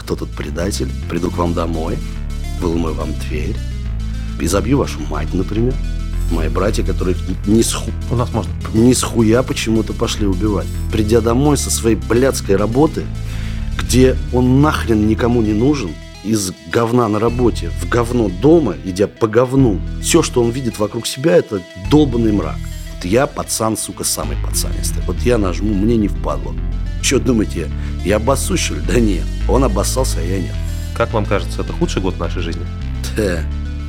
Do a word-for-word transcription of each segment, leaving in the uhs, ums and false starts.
кто тут предатель, приду к вам домой, выломаю вам дверь и забью вашу мать, например. Мои братья, которые ни с, ху... У нас можно. ни с хуя почему-то пошли убивать. Придя домой со своей блядской работы, где он нахрен никому не нужен, из говна на работе в говно дома, идя по говну, все, что он видит вокруг себя, это долбанный мрак. Вот я пацан, сука, самый пацанистый. Вот я нажму, мне не впадло. Что думаете, я обоссусь, что ли? Да нет. Он обоссался, а я нет. Как вам кажется, это худший год нашей жизни? Да.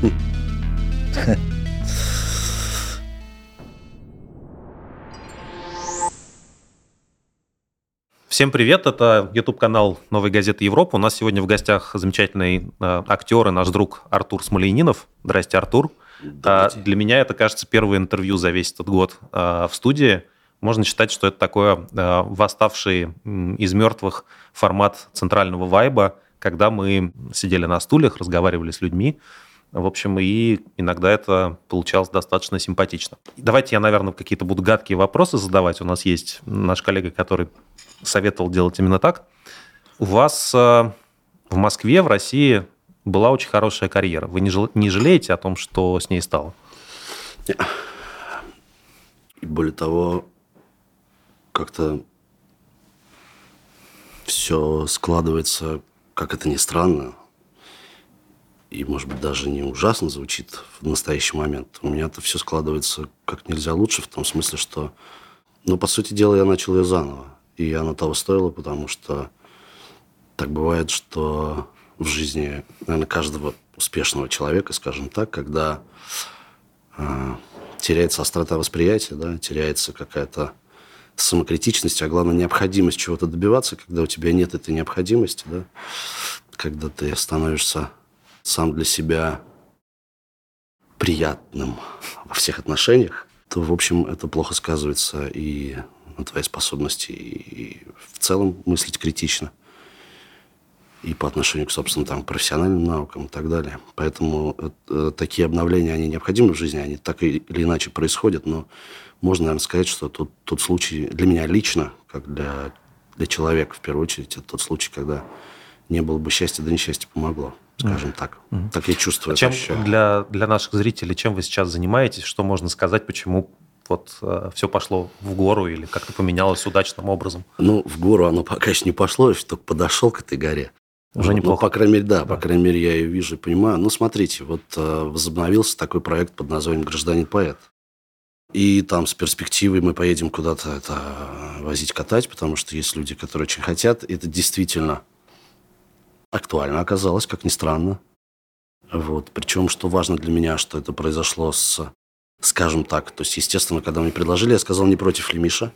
Всем привет, это YouTube-канал «Новой газеты Европа». У нас сегодня в гостях замечательный э, актер и наш друг Артур Смольянинов. Здрасте, Артур. Э, для меня это, кажется, первое интервью за весь этот год э, в студии. Можно считать, что это такое э, восставший э, из мертвых формат центрального вайба, когда мы сидели на стульях, разговаривали с людьми. В общем, и иногда это получалось достаточно симпатично. Давайте я, наверное, какие-то буду гадкие вопросы задавать. У нас есть наш коллега, который советовал делать именно так. У вас в Москве, в России была очень хорошая карьера. Вы не жалеете о том, что с ней стало? И более того, как-то все складывается, как это ни странно, и, может быть, даже не ужасно звучит в настоящий момент. У меня это все складывается как нельзя лучше, в том смысле, что, ну, по сути дела, я начал ее заново. И оно того стоило, потому что так бывает, что в жизни, наверное, каждого успешного человека, скажем так, когда э, теряется острота восприятия, да, теряется какая-то самокритичность, а главное, необходимость чего-то добиваться, когда у тебя нет этой необходимости, да, когда ты становишься сам для себя приятным во всех отношениях, то, в общем, это плохо сказывается и на твоей способности и в целом мыслить критично. И по отношению к, собственно, там, профессиональным наукам и так далее. Поэтому это, такие обновления, они необходимы в жизни, они так или иначе происходят, но можно, наверное, сказать, что тут, тот случай для меня лично, как для, для человека, в первую очередь, это тот случай, когда не было бы счастья, да несчастье помогло, скажем mm-hmm. так. Mm-hmm. Так я чувствую. А чем для, для наших зрителей, чем вы сейчас занимаетесь, что можно сказать, почему вот э, все пошло в гору или как-то поменялось удачным образом? Ну, в гору оно пока еще не пошло, я только подошел к этой горе. Уже неплохо. Ну, по крайней мере, да, да, по крайней мере, я ее вижу и понимаю. Ну, смотрите, вот э, возобновился такой проект под названием «Гражданин-поэт». И там с перспективой мы поедем куда-то это возить, катать, потому что есть люди, которые очень хотят. Это действительно актуально оказалось, как ни странно. Вот. Причем, что важно для меня, что это произошло с, скажем так, то есть, естественно, когда мне предложили, я сказал не против ли Миша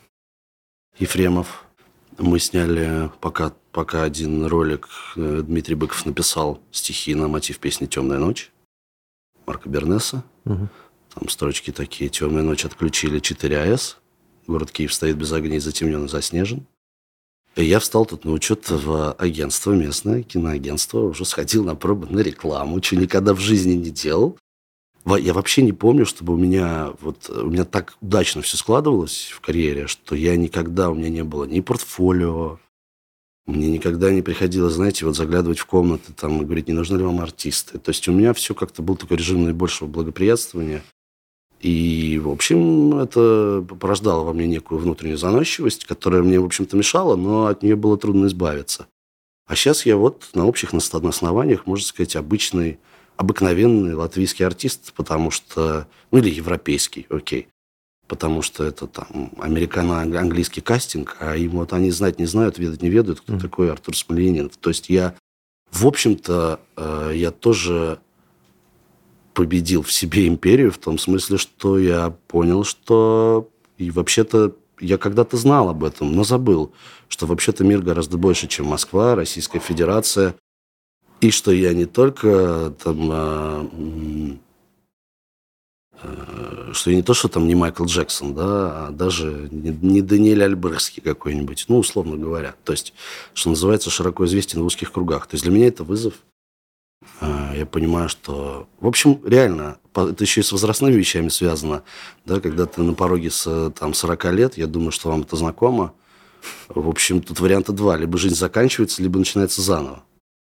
Ефремов. Мы сняли пока, пока один ролик, Дмитрий Быков написал стихи на мотив песни «Темная ночь» Марка Бернеса. Угу. Там строчки такие: «Темная ночь отключили четыре АЭС, город Киев стоит без огней, затемнен и заснежен». И я встал тут на учет в агентство местное, киноагентство, уже сходил на пробы на рекламу, что никогда в жизни не делал. Я вообще не помню, чтобы у меня, вот, у меня так удачно все складывалось в карьере, что я никогда, у меня не было ни портфолио, мне никогда не приходилось, знаете, вот заглядывать в комнаты там, и говорить, не нужны ли вам артисты. То есть у меня все как-то был такой режим наибольшего благоприятствования. И, в общем, это порождало во мне некую внутреннюю заносчивость, которая мне, в общем-то, мешала, но от нее было трудно избавиться. А сейчас я вот на общих основаниях, можно сказать, обычный, обыкновенный латвийский артист, потому что... Ну, или европейский, окей. Потому что это там американо-английский кастинг, а им вот они знать не знают, ведать не ведают, кто mm. такой Артур Смольянинов. То есть я, в общем-то, я тоже... победил в себе империю в том смысле, что я понял, что и вообще-то я когда-то знал об этом, но забыл, что вообще-то мир гораздо больше, чем Москва, Российская Федерация, и что я не только там, а, а, что я не то, что там не Майкл Джексон, да, а даже не, не Даниэль Альберский какой-нибудь, ну, условно говоря. То есть, что называется, широко известен в узких кругах. То есть для меня это вызов. Я понимаю, что... В общем, реально, это еще и с возрастными вещами связано. Да, когда ты на пороге с там, сорока лет, я думаю, что вам это знакомо. В общем, тут варианта два. Либо жизнь заканчивается, либо начинается заново.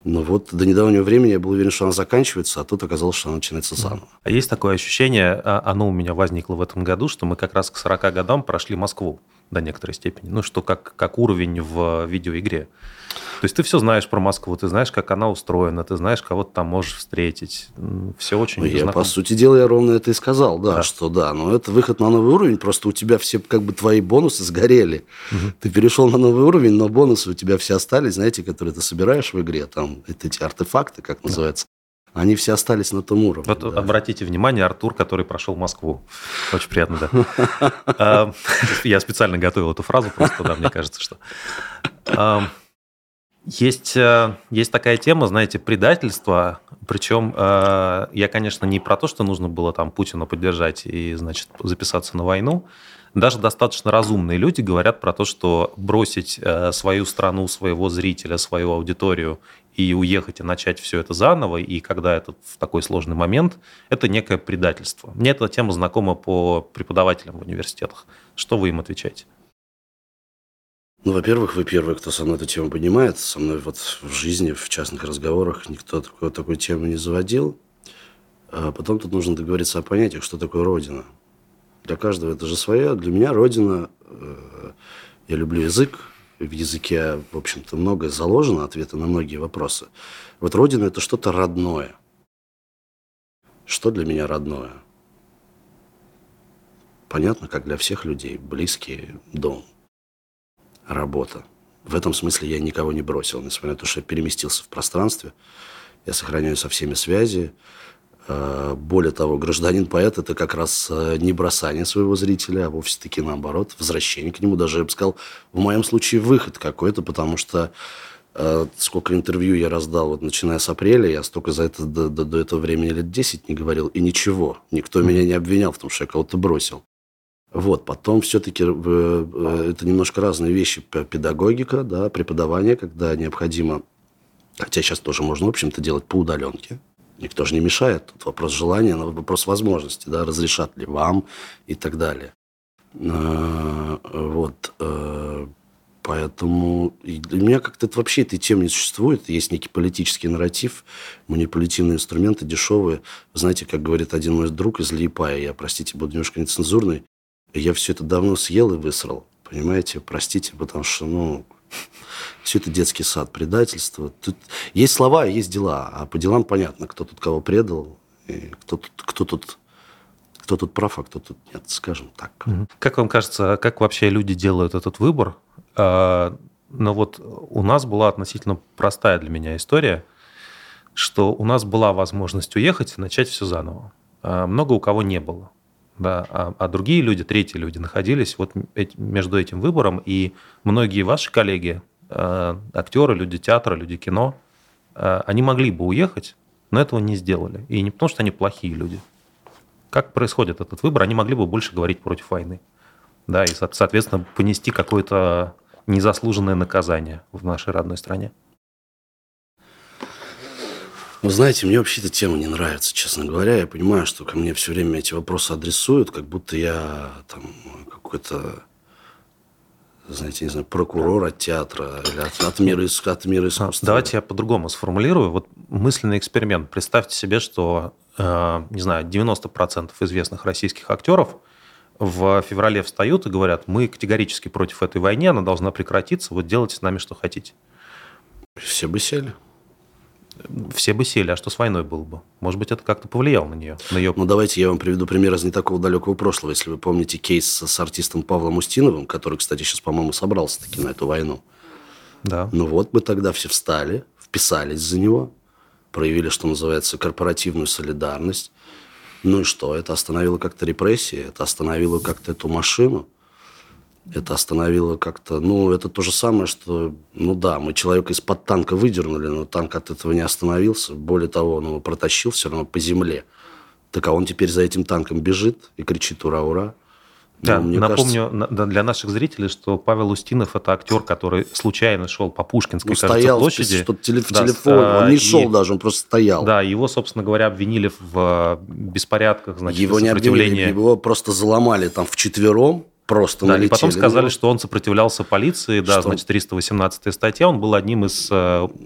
Но вот до недавнего времени я был уверен, что она заканчивается, а тут оказалось, что она начинается заново. А есть такое ощущение, оно у меня возникло в этом году, что мы как раз к сорока годам прошли Москву до некоторой степени. Ну, что как, как уровень в видеоигре. То есть ты все знаешь про Москву, ты знаешь, как она устроена, ты знаешь, кого ты там можешь встретить. Все очень ну, я, знакомо. По сути дела, я ровно это и сказал, да, да, что да, но это выход на новый уровень, просто у тебя все как бы твои бонусы сгорели. Угу. Ты перешел на новый уровень, но бонусы у тебя все остались, знаете, которые ты собираешь в игре, там, эти артефакты, как да. называется, они все остались на том уровне. Вот да. Обратите внимание, Артур, который прошел Москву. Очень приятно, да. Я специально готовил эту фразу, просто, да, мне кажется, что... Есть, есть такая тема, знаете, предательства. Причем я, конечно, не про то, что нужно было там Путина поддержать и, значит, записаться на войну. Даже достаточно разумные люди говорят про то, что бросить свою страну, своего зрителя, свою аудиторию и уехать и начать все это заново, и когда это в такой сложный момент, это некое предательство. Мне эта тема знакома по преподавателям в университетах. Что вы им отвечаете? Ну, во-первых, вы первый, кто со мной эту тему поднимает. Со мной вот в жизни, в частных разговорах никто такой, такой темы не заводил. А потом тут нужно договориться о понятиях, что такое Родина. Для каждого это же свое. Для меня Родина... Э, я люблю язык. В языке, в общем-то, многое заложено, ответы на многие вопросы. Вот Родина – это что-то родное. Что для меня родное? Понятно, как для всех людей. Близкий дом. Работа. В этом смысле я никого не бросил, несмотря на то, что я переместился в пространстве. Я сохраняю со всеми связи. Более того, гражданин-поэт – это как раз не бросание своего зрителя, а вовсе-таки наоборот, возвращение к нему. Даже, я бы сказал, в моем случае выход какой-то, потому что сколько интервью я раздал, вот, начиная с апреля, я столько за это до, до, до этого времени лет десять не говорил, и ничего. Никто меня не обвинял в том, что я кого-то бросил. Вот, потом все-таки это немножко разные вещи. Педагогика, да, преподавание, когда необходимо, хотя сейчас тоже можно, в общем-то, делать по удаленке. Никто же не мешает. Тут вопрос желания, вопрос возможности, да, разрешат ли вам и так далее. Вот. Поэтому для меня как-то это вообще этой темы не существует. Есть некий политический нарратив, манипулятивные инструменты дешевые. Вы знаете, как говорит один мой друг из Лиепая, я, простите, буду немножко нецензурный, я все это давно съел и высрал, понимаете? Простите, потому что, ну, все это детский сад, предательство. Тут есть слова, есть дела, а по делам понятно, кто тут кого предал, и кто тут, кто тут, кто тут прав, а кто тут нет, скажем так. Как вам кажется, как вообще люди делают этот выбор? Но вот у нас была относительно простая для меня история, что у нас была возможность уехать и начать все заново. Много у кого не было. Да, а, а другие люди, третьи люди, находились вот между этим выбором, и многие ваши коллеги, э, актеры, люди театра, люди кино, э, они могли бы уехать, но этого не сделали. И не потому, что они плохие люди. Как происходит этот выбор? Они могли бы больше говорить против войны. Да, и, соответственно, понести какое-то незаслуженное наказание в нашей родной стране. Вы знаете, мне вообще эта тема не нравится, честно говоря. Я понимаю, что ко мне все время эти вопросы адресуют, как будто я там какой-то, знаете, не знаю, прокурор от театра или от, от, мира, от мира искусства. Давайте я по-другому сформулирую. Вот мысленный эксперимент. Представьте себе, что, э, не знаю, девяносто процентов известных российских актеров в феврале встают и говорят: мы категорически против этой войны, она должна прекратиться, вот делайте с нами, что хотите. Все бы сели. Все бы сели, а что с войной было бы? Может быть, это как-то повлияло на нее? На ее... Ну, давайте я вам приведу пример из не такого далекого прошлого. Если вы помните кейс с артистом Павлом Устиновым, который, кстати, сейчас, по-моему, собрался таки на эту войну. Да. Ну вот, мы тогда все встали, вписались за него, проявили, что называется, корпоративную солидарность. Ну и что? Это остановило как-то репрессии, это остановило как-то эту машину. Это остановило как-то... Ну, это то же самое, что... Ну да, мы человека из-под танка выдернули, но танк от этого не остановился. Более того, он его протащил все равно по земле. Так а он теперь за этим танком бежит и кричит «Ура, ура!». Да, ну, напомню кажется... для наших зрителей, что Павел Устинов – это актер, который случайно шел по Пушкинской, ну, кажется, стоял, площади. Что-то теле... в да, телефоне, он не шел и... даже, он просто стоял. Да, его, собственно говоря, обвинили в беспорядках, значит, его не обвинили, его просто заломали там вчетвером. Просто да, налетели. И потом сказали, что он сопротивлялся полиции, да, что? Значит, триста восемнадцатая статья, он был одним из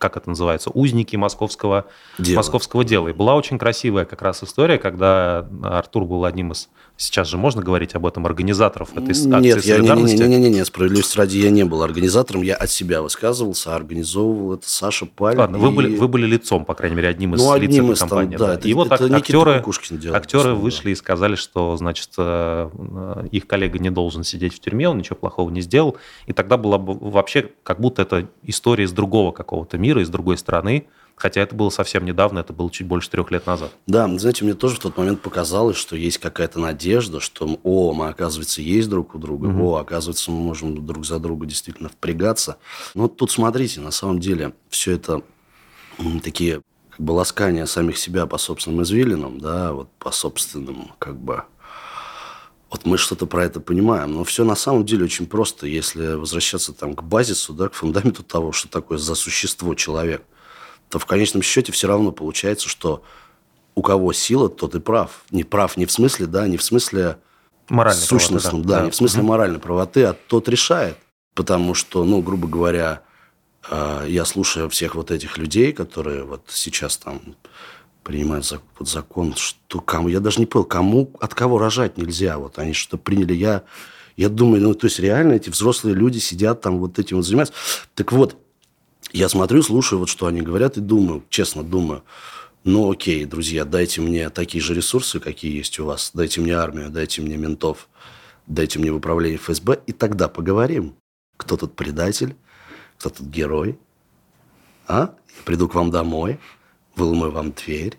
как это называется, узники московского Дело. московского дела. И была очень красивая как раз история, когда Артур был одним из, сейчас же можно говорить об этом, организаторов этой акции Нет, я, солидарности. Нет, нет, нет, справедливости ради, я не был организатором, я от себя высказывался, а организовывал это Саша Паль. Ладно, и... вы, были, вы были лицом, по крайней мере, одним из ну, лиц одним этой из компании. Там, да, да. это, и вот это актеры, делал, актеры вышли и сказали, что, значит, их коллега не должен сидеть в тюрьме, он ничего плохого не сделал. И тогда была бы вообще как будто это история из другого какого-то мира, из другой страны. Хотя это было совсем недавно, это было чуть больше трех лет назад. Да, знаете, мне тоже в тот момент показалось, что есть какая-то надежда, что, о, мы, оказывается, есть друг у друга, mm-hmm. о, оказывается, мы можем друг за друга действительно впрягаться. Но тут, смотрите, на самом деле, все это такие как бы ласкания самих себя по собственным извилинам, да, вот по собственным, как бы... Вот мы что-то про это понимаем, но все на самом деле очень просто, если возвращаться там к базису, да, к фундаменту того, что такое за существо человек, то в конечном счете все равно получается, что у кого сила, тот и прав. Не прав не в смысле, да, не в смысле моральной сущностном, правоты, да, да. не в смысле угу. моральной правоты, а тот решает. Потому что, ну, грубо говоря, я слушаю всех вот этих людей, которые вот сейчас там принимают вот закон, что кому, я даже не понял, кому, от кого рожать нельзя. Вот они что-то приняли, я, я думаю, ну, то есть реально эти взрослые люди сидят там вот этим вот занимаются. Так вот, я смотрю, слушаю, вот что они говорят, и думаю, честно думаю, ну окей, друзья, дайте мне такие же ресурсы, какие есть у вас, дайте мне армию, дайте мне ментов, дайте мне в управление эф эс бэ, и тогда поговорим, кто тут предатель, кто тут герой, а? Я приду к вам домой, выломаю вам дверь,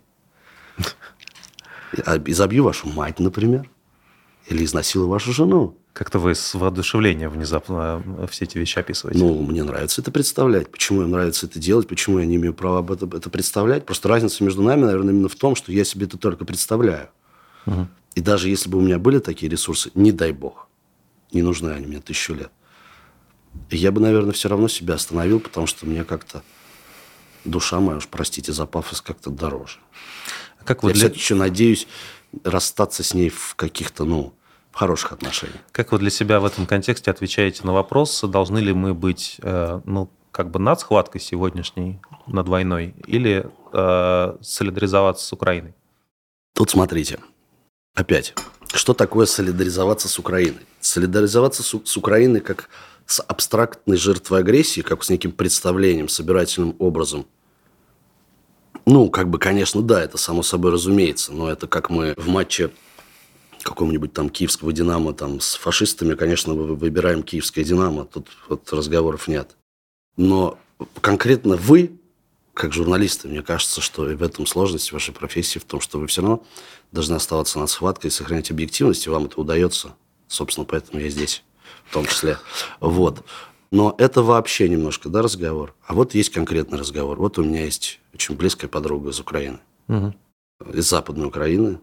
и забью вашу мать, например, или изнасилую вашу жену. Как-то вы с воодушевлением внезапно все эти вещи описываете. Ну, мне нравится это представлять. Почему мне нравится это делать? Почему я не имею права об этом, это представлять? Просто разница между нами, наверное, именно в том, что я себе это только представляю. Угу. И даже если бы у меня были такие ресурсы, не дай бог, не нужны они мне тысячу лет, я бы, наверное, все равно себя остановил, потому что мне как-то душа моя, уж простите за пафос, как-то дороже. А как вы я, для... кстати, еще надеюсь расстаться с ней в каких-то, ну, в хороших отношениях. Как вы для себя в этом контексте отвечаете на вопрос, должны ли мы быть, э, ну, как бы над схваткой сегодняшней, над войной, или э, солидаризоваться с Украиной? Тут смотрите. Опять, что такое солидаризоваться с Украиной? Солидаризоваться с, с Украиной как с абстрактной жертвой агрессии, как с неким представлением, собирательным образом. Ну, как бы, конечно, да, это само собой разумеется, но это как мы в матче какого-нибудь там киевского «Динамо» там с фашистами, конечно, выбираем киевское «Динамо», тут вот разговоров нет. Но конкретно вы, как журналисты, мне кажется, что и в этом сложность вашей профессии, в том, что вы все равно должны оставаться над схваткой и сохранять объективность, и вам это удается. Собственно, поэтому я здесь, в том числе. Вот. Но это вообще немножко, да, разговор. А вот есть конкретный разговор. Вот у меня есть очень близкая подруга из Украины. Угу. Из Западной Украины.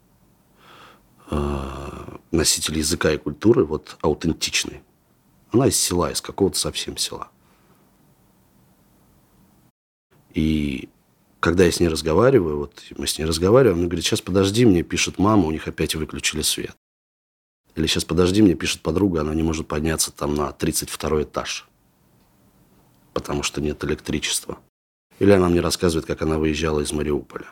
Носитель языка и культуры, вот аутентичный. Она из села, из какого-то совсем села. И когда я с ней разговариваю, вот мы с ней разговариваем, она говорит, сейчас подожди, мне пишет мама, у них опять выключили свет. Или сейчас подожди, мне пишет подруга, она не может подняться там на тридцать второй этаж, потому что нет электричества. Или она мне рассказывает, как она выезжала из Мариуполя.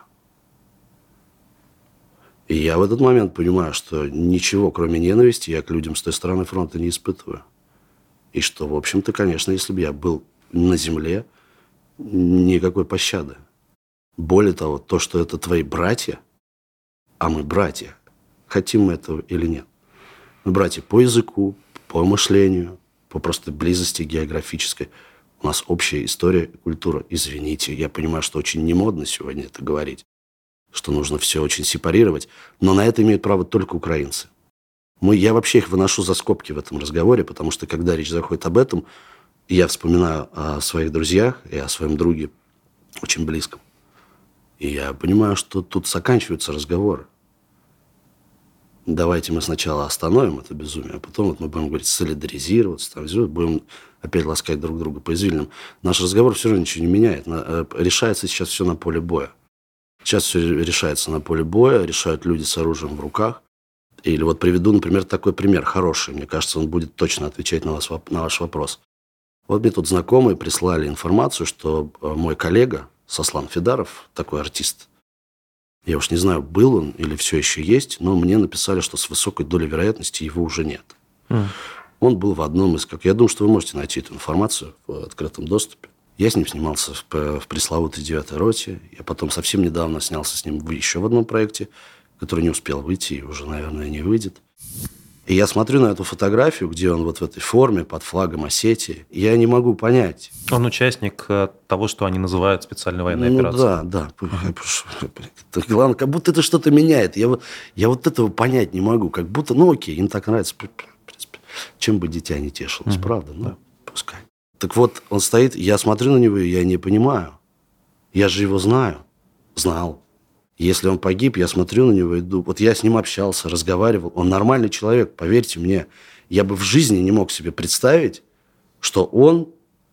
И я в этот момент понимаю, что ничего, кроме ненависти, я к людям с той стороны фронта не испытываю. И что, в общем-то, конечно, если бы я был на земле, никакой пощады. Более того, то, что это твои братья, а мы братья, хотим мы этого или нет. Мы братья по языку, по мышлению, по просто близости географической. У нас общая история и культура. Извините, я понимаю, что очень немодно сегодня это говорить, что нужно все очень сепарировать, но на это имеют право только украинцы. Мы, я вообще их выношу за скобки в этом разговоре, потому что, когда речь заходит об этом, я вспоминаю о своих друзьях и о своем друге очень близком. И я понимаю, что тут заканчиваются разговоры. Давайте мы сначала остановим это безумие, а потом вот мы будем говорить солидаризироваться, там, будем опять ласкать друг друга по извилинам. Наш разговор все равно ничего не меняет. Решается сейчас все на поле боя. Сейчас все решается на поле боя, решают люди с оружием в руках. Или вот приведу, например, такой пример хороший. Мне кажется, он будет точно отвечать на, вас, на ваш вопрос. Вот мне тут знакомые прислали информацию, что мой коллега Сослан Федаров, такой артист, я уж не знаю, был он или все еще есть, но мне написали, что с высокой долей вероятности его уже нет. Mm. Он был в одном из... Как, я думаю, что вы можете найти эту информацию в открытом доступе. Я с ним снимался в, в пресловутой девятой роте. Я потом совсем недавно снялся с ним в, еще в одном проекте, который не успел выйти и уже, наверное, не выйдет. И я смотрю на эту фотографию, где он вот в этой форме, под флагом Осетии. И я не могу понять. Он участник того, что они называют специальной военной ну, операцией. Да, да. Uh-huh. Главное, как будто это что-то меняет. Я, я вот этого понять не могу. Как будто, ну окей, им так нравится. Чем бы дитя не тешилось, uh-huh. правда? Ну, да. Пускай. Так вот, он стоит, я смотрю на него, и я не понимаю. Я же его знаю. Знал. Если он погиб, я смотрю на него и иду. Вот я с ним общался, разговаривал. Он нормальный человек, поверьте мне. Я бы в жизни не мог себе представить, что он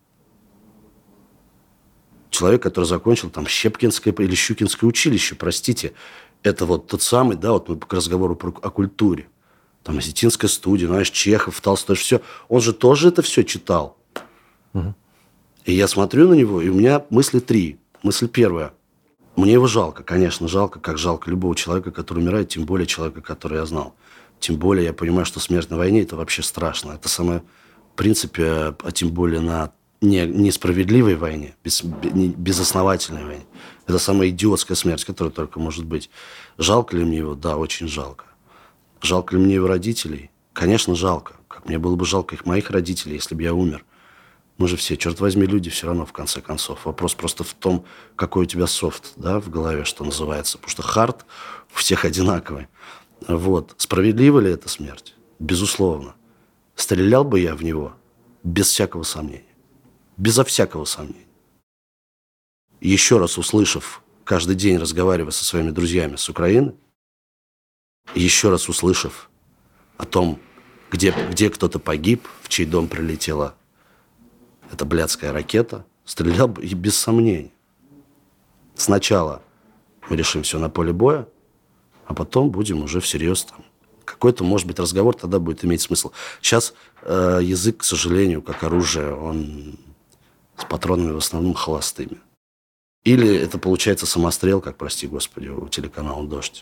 человек, который закончил там Щепкинское или Щукинское училище, простите. Это вот тот самый, да, вот мы к разговору про, о культуре. Там Осетинская студия, знаешь, Чехов, Толстой, все. Он же тоже это все читал. Угу. И я смотрю на него, и у меня мысли три. Мысль первая. Мне его жалко, конечно, жалко, как жалко любого человека, который умирает, тем более человека, который я знал. Тем более я понимаю, что смерть на войне – это вообще страшно. Это самое, в принципе, а тем более на не, несправедливой войне, без, безосновательной войне. Это самая идиотская смерть, которая только может быть. Жалко ли мне его? Да, очень жалко. Жалко ли мне его родителей? Конечно, жалко. Как мне было бы жалко их моих родителей, если бы я умер. Мы же все, черт возьми, люди все равно, в конце концов. Вопрос просто в том, какой у тебя софт, да, в голове, что называется. Потому что хард у всех одинаковый. Вот. Справедлива ли эта смерть? Безусловно. Стрелял бы я в него? Без всякого сомнения. Безо всякого сомнения. Еще раз услышав, каждый день разговаривая со своими друзьями с Украины, еще раз услышав о том, где, где кто-то погиб, в чей дом прилетела эта блядская ракета, стрелял бы и без сомнений. Сначала мы решим все на поле боя, а потом будем уже всерьез там. Какой-то, может быть, разговор тогда будет иметь смысл. Сейчас э, язык, к сожалению, как оружие, он с патронами в основном холостыми. Или это получается самострел, как, прости господи, у телеканала «Дождь».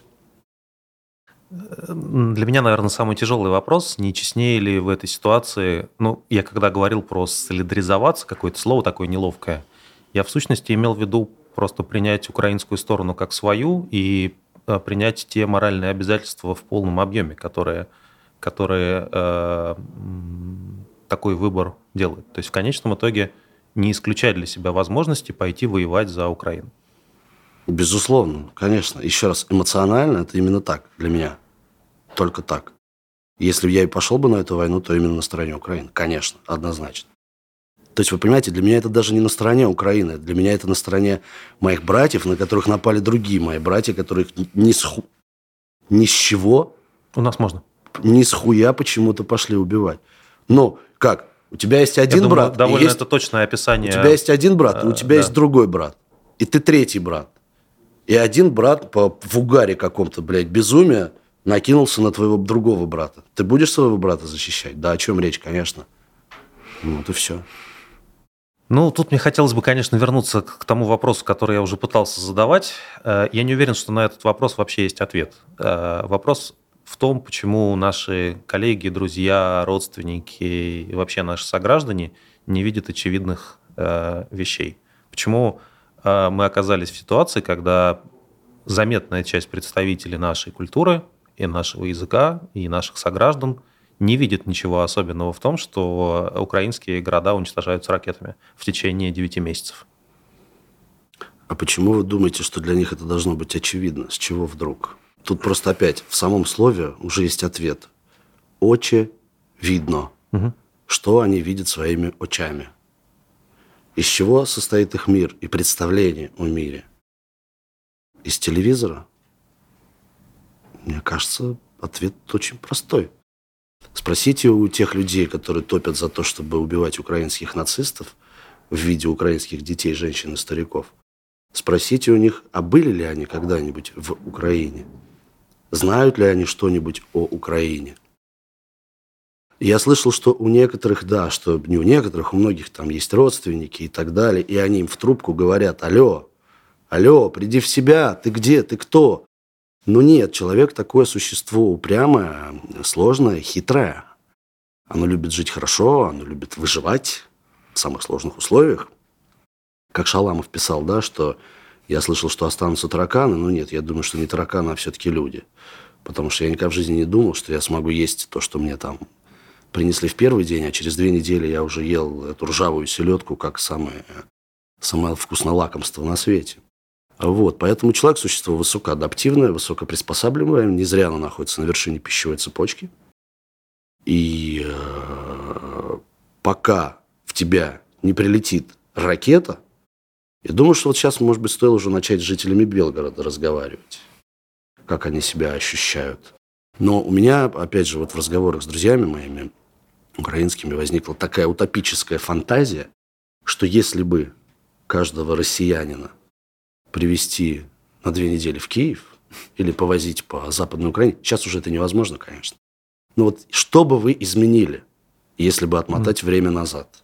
Для меня, наверное, самый тяжелый вопрос, не честнее ли в этой ситуации, ну, я когда говорил про солидаризоваться, какое-то слово такое неловкое, я в сущности имел в виду просто принять украинскую сторону как свою и принять те моральные обязательства в полном объеме, которые, которые э, такой выбор делают. То есть в конечном итоге не исключать для себя возможности пойти воевать за Украину. Безусловно, конечно. Еще раз, эмоционально это именно так для меня. Только так. Если я и пошел бы на эту войну, то именно на стороне Украины. Конечно, однозначно. То есть, вы понимаете, для меня это даже не на стороне Украины. Для меня это на стороне моих братьев, на которых напали другие мои братья, которых ни с, ху... ни с чего... У нас можно. Ни с хуя почему-то пошли убивать. Но как? У тебя есть один я брат... Думаю, довольно есть... это точное описание. У тебя есть один брат, и у тебя да. есть другой брат. И ты третий брат. И один брат по в угаре каком-то, блядь, безумия накинулся на твоего другого брата. Ты будешь своего брата защищать? Да, о чем речь, конечно. Ну, вот и все. Ну, тут мне хотелось бы, конечно, вернуться к тому вопросу, который я уже пытался задавать. Я не уверен, что на этот вопрос вообще есть ответ. Вопрос в том, почему наши коллеги, друзья, родственники и вообще наши сограждане не видят очевидных вещей. Почему мы оказались в ситуации, когда заметная часть представителей нашей культуры и нашего языка, и наших сограждан не видит ничего особенного в том, что украинские города уничтожаются ракетами в течение девяти месяцев. А почему вы думаете, что для них это должно быть очевидно? С чего вдруг? Тут просто опять в самом слове уже есть ответ. Очевидно, угу. Что они видят своими очами. Из чего состоит их мир и представление о мире? Из телевизора? Мне кажется, ответ очень простой. Спросите у тех людей, которые топят за то, чтобы убивать украинских нацистов в виде украинских детей, женщин и стариков. Спросите у них, а были ли они когда-нибудь в Украине? Знают ли они что-нибудь о Украине? Я слышал, что у некоторых, да, что не у некоторых, у многих там есть родственники и так далее, и они им в трубку говорят: алло, алло, приди в себя, ты где, ты кто? Но нет, человек такое существо упрямое, сложное, хитрое. Оно любит жить хорошо, оно любит выживать в самых сложных условиях. Как Шаламов писал, да, что я слышал, что останутся тараканы, но нет, я думаю, что не тараканы, а все-таки люди. Потому что я никогда в жизни не думал, что я смогу есть то, что мне там принесли в первый день, а через две недели я уже ел эту ржавую селедку как самое, самое вкусное лакомство на свете. Вот, поэтому человек – существо высокоадаптивное, высокоприспосабливаемое, не зря оно находится на вершине пищевой цепочки. И э, пока в тебя не прилетит ракета, я думаю, что вот сейчас, может быть, стоило уже начать с жителями Белгорода разговаривать, как они себя ощущают. Но у меня, опять же, вот в разговорах с друзьями моими украинскими возникла такая утопическая фантазия, что если бы каждого россиянина привезти на две недели в Киев или повозить по Западной Украине, сейчас уже это невозможно, конечно. Но вот что бы вы изменили, если бы отмотать mm. время назад?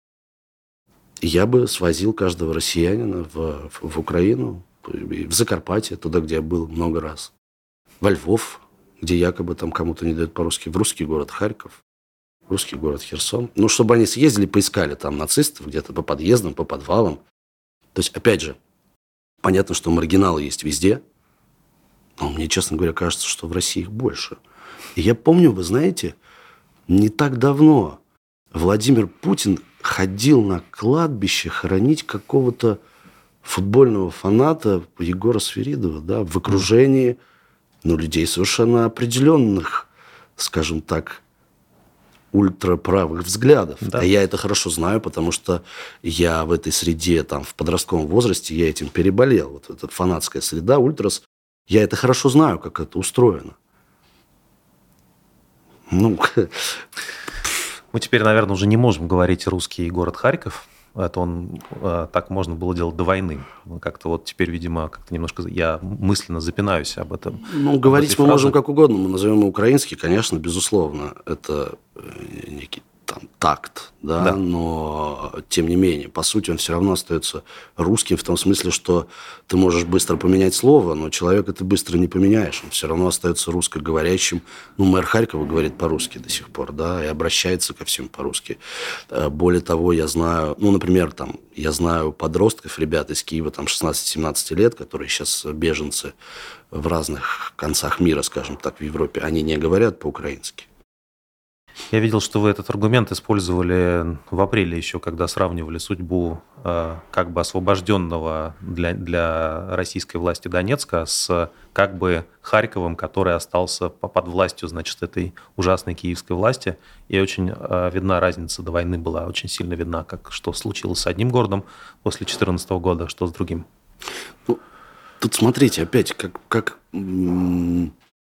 Я бы свозил каждого россиянина в, в, в Украину, в Закарпатье, туда, где я был много раз, во Львов, где якобы там кому-то не дают по-русски, в русский город Харьков, в русский город Херсон. Ну, чтобы они съездили, поискали там нацистов где-то по подъездам, по подвалам. То есть, опять же, понятно, что маргиналы есть везде, но мне, честно говоря, кажется, что в России их больше. И я помню, вы знаете, не так давно Владимир Путин ходил на кладбище хоронить какого-то футбольного фаната Егора Свиридова, да, в окружении ну, людей совершенно определенных, скажем так, ультраправых взглядов. Да. А я это хорошо знаю, потому что я в этой среде, там, в подростковом возрасте, я этим переболел. Вот эта фанатская среда, ультрас, я это хорошо знаю, как это устроено. Ну... Мы теперь, наверное, уже не можем говорить русский город Харьков. Это он, так можно было делать до войны. Как-то вот теперь, видимо, как-то немножко я мысленно запинаюсь об этом. Ну, говорить мы можем как угодно. Мы назовем его украинский, конечно, безусловно. Это некий там такт, да? Да, но тем не менее, по сути, он все равно остается русским в том смысле, что ты можешь быстро поменять слово, но человека ты быстро не поменяешь. Он все равно остается русскоговорящим. Ну, мэр Харькова говорит по-русски до сих пор, да, и обращается ко всем по-русски. Более того, я знаю, ну, например, там, я знаю подростков, ребят из Киева, там, шестнадцати-семнадцати лет, которые сейчас беженцы в разных концах мира, скажем так, в Европе, они не говорят по-украински. Я видел, что вы этот аргумент использовали в апреле еще, когда сравнивали судьбу э, как бы освобожденного для, для российской власти Донецка с как бы Харьковом, который остался под властью, значит, этой ужасной киевской власти. И очень э, видна разница до войны была, очень сильно видна, как, что случилось с одним городом после две тысячи четырнадцатого года, что с другим. Ну, тут смотрите, опять, как... как м-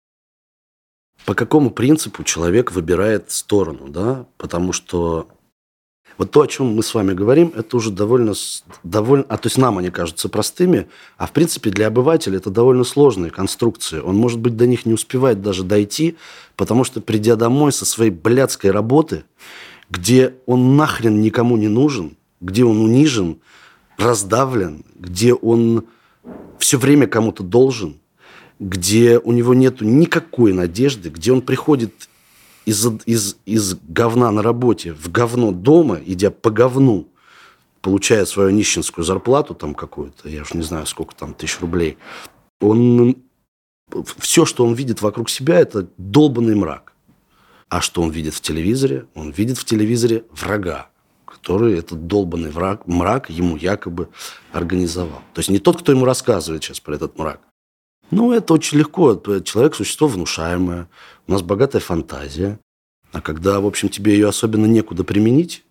По какому принципу человек выбирает сторону, да? Потому что вот то, о чем мы с вами говорим, это уже довольно, довольно... А то есть нам они кажутся простыми, а в принципе для обывателя это довольно сложные конструкции. Он, может быть, до них не успевает даже дойти, потому что, придя домой со своей блядской работы, где он нахрен никому не нужен, где он унижен, раздавлен, где он все время кому-то должен, где у него нет никакой надежды, где он приходит из, из, из говна на работе в говно дома, идя по говну, получая свою нищенскую зарплату там какую-то, я уж не знаю, сколько там, тысяч рублей, он, все, что он видит вокруг себя, это долбанный мрак. А что он видит в телевизоре? Он видит в телевизоре врага, который этот долбанный враг, мрак ему якобы организовал. То есть не тот, кто ему рассказывает сейчас про этот мрак. Ну, это очень легко. Человек – существо внушаемое. У нас богатая фантазия. А когда, в общем, тебе ее особенно некуда применить,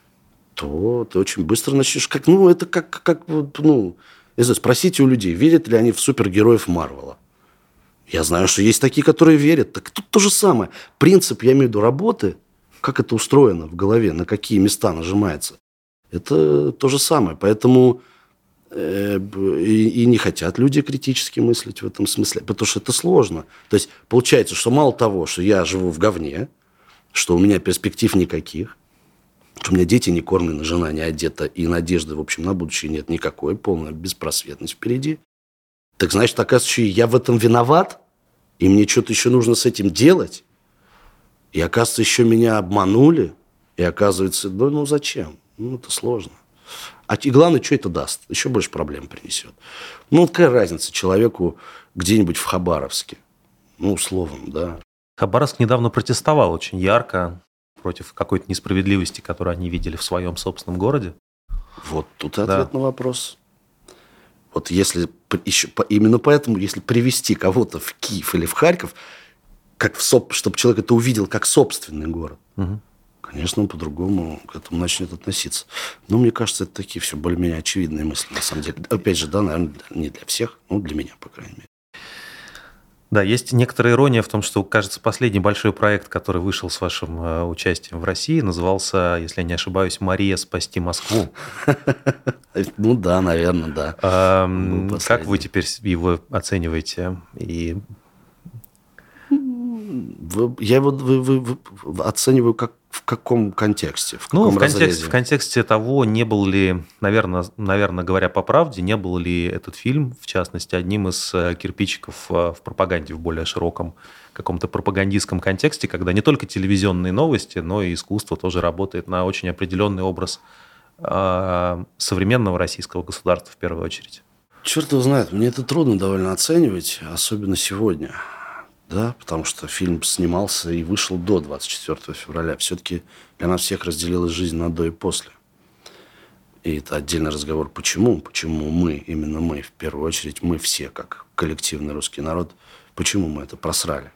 то ты очень быстро начнешь... Как, ну, это как, как... Ну, не знаю, спросите у людей, верят ли они в супергероев Марвела. Я знаю, что есть такие, которые верят. Так тут то же самое. Принцип, я имею в виду, работы, как это устроено в голове, на какие места нажимается, это то же самое. Поэтому... И, и не хотят люди критически мыслить в этом смысле, потому что это сложно. То есть получается, что мало того, что я живу в говне, что у меня перспектив никаких, что у меня дети не кормлены, жена не одета, и надежды, в общем, на будущее нет никакой, полная беспросветность впереди. Так значит, оказывается, я в этом виноват, и мне что-то еще нужно с этим делать. И, оказывается, еще меня обманули, и оказывается, ну, ну зачем? Ну, это сложно. А и главное, что это даст? Еще больше проблем принесет. Ну, какая разница человеку где-нибудь в Хабаровске? Ну, условно, да. Хабаровск недавно протестовал очень ярко против какой-то несправедливости, которую они видели в своем собственном городе. Вот тут и ответ Да. на вопрос. Вот если еще, именно поэтому, если привести кого-то в Киев или в Харьков, как в, чтобы человек это увидел как собственный город, угу. конечно, он по-другому к этому начнет относиться. Но мне кажется, это такие все более-менее очевидные мысли, на самом деле. Опять же, да, наверное, не для всех, но для меня, по крайней мере. Да, есть некоторая ирония в том, что, кажется, последний большой проект, который вышел с вашим э, участием в России, назывался, если я не ошибаюсь, «Мария, спасти Москву». Ну да, наверное, да. Как вы теперь его оцениваете? И... Я его оцениваю как в каком контексте? В каком ну, в контексте, разрезе? в контексте того, не был ли, наверное, наверное, говоря по правде, не был ли этот фильм, в частности, одним из кирпичиков в пропаганде в более широком каком-то пропагандистском контексте, когда не только телевизионные новости, но и искусство тоже работает на очень определенный образ э, современного российского государства в первую очередь. Черт его знает, мне это трудно довольно оценивать, особенно сегодня. Да, потому что фильм снимался и вышел до двадцать четвёртого февраля. Все-таки для нас всех разделилась жизнь на до и после. И это отдельный разговор. Почему? Почему мы, именно мы, в первую очередь, мы все, как коллективный русский народ, почему мы это просрали?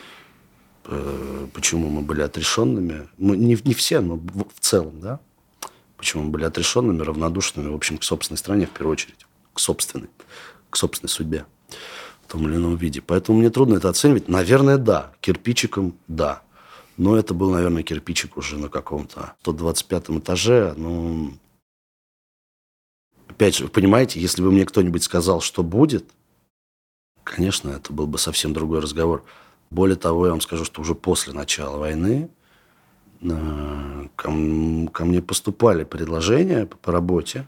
Почему мы были отрешенными? Мы, не, не все, но в, в целом, да? Почему мы были отрешенными, равнодушными, в общем, к собственной стране, в первую очередь, к собственной, к собственной судьбе. В том или ином виде. Поэтому мне трудно это оценивать. Наверное, да. Кирпичиком, да. Но это был, наверное, кирпичик уже на каком-то сто двадцать пятом этаже. Ну, опять же, вы понимаете, если бы мне кто-нибудь сказал, что будет, конечно, это был бы совсем другой разговор. Более того, я вам скажу, что уже после начала войны э, ко, ко мне поступали предложения по, по работе.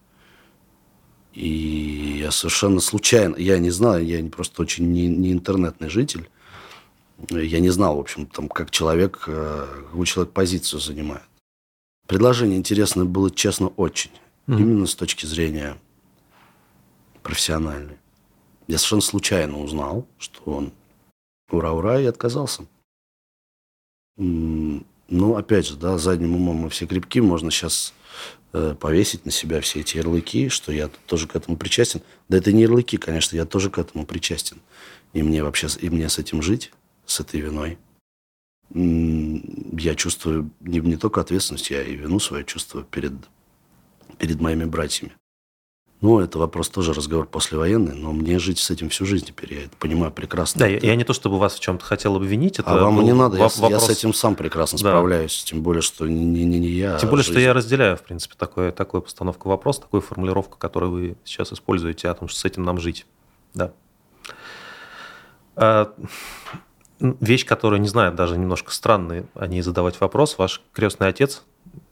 И я совершенно случайно, я не знаю, я просто очень не, не интернетный житель, я не знал, в общем, там, как человек, какую человек позицию занимает. Предложение интересное было, честно, очень. Mm-hmm. Именно с точки зрения профессиональной. Я совершенно случайно узнал, что он ура-ура, и отказался. Ну, опять же, да, задним умом мы все крепки, можно сейчас... повесить на себя все эти ярлыки, что я тоже к этому причастен. Да это не ярлыки, конечно, я тоже к этому причастен. И мне вообще, и мне с этим жить, с этой виной. Я чувствую не, не только ответственность, я и вину свою чувствую перед, перед моими братьями. Ну, это вопрос тоже разговор послевоенный, но мне жить с этим всю жизнь теперь, я это понимаю прекрасно. Да, это... я не то чтобы вас в чем-то хотел обвинить. Это а вам не надо, вопрос... я, я с этим сам прекрасно да. справляюсь, тем более, что не, не, не я. Тем более, жизнь. Что я разделяю, в принципе, такое, такую постановку вопроса, такую формулировку, которую вы сейчас используете, о том, что с этим нам жить. Да. А, вещь, которую, не знаю, даже немножко странный о ней задавать вопрос. Ваш крестный отец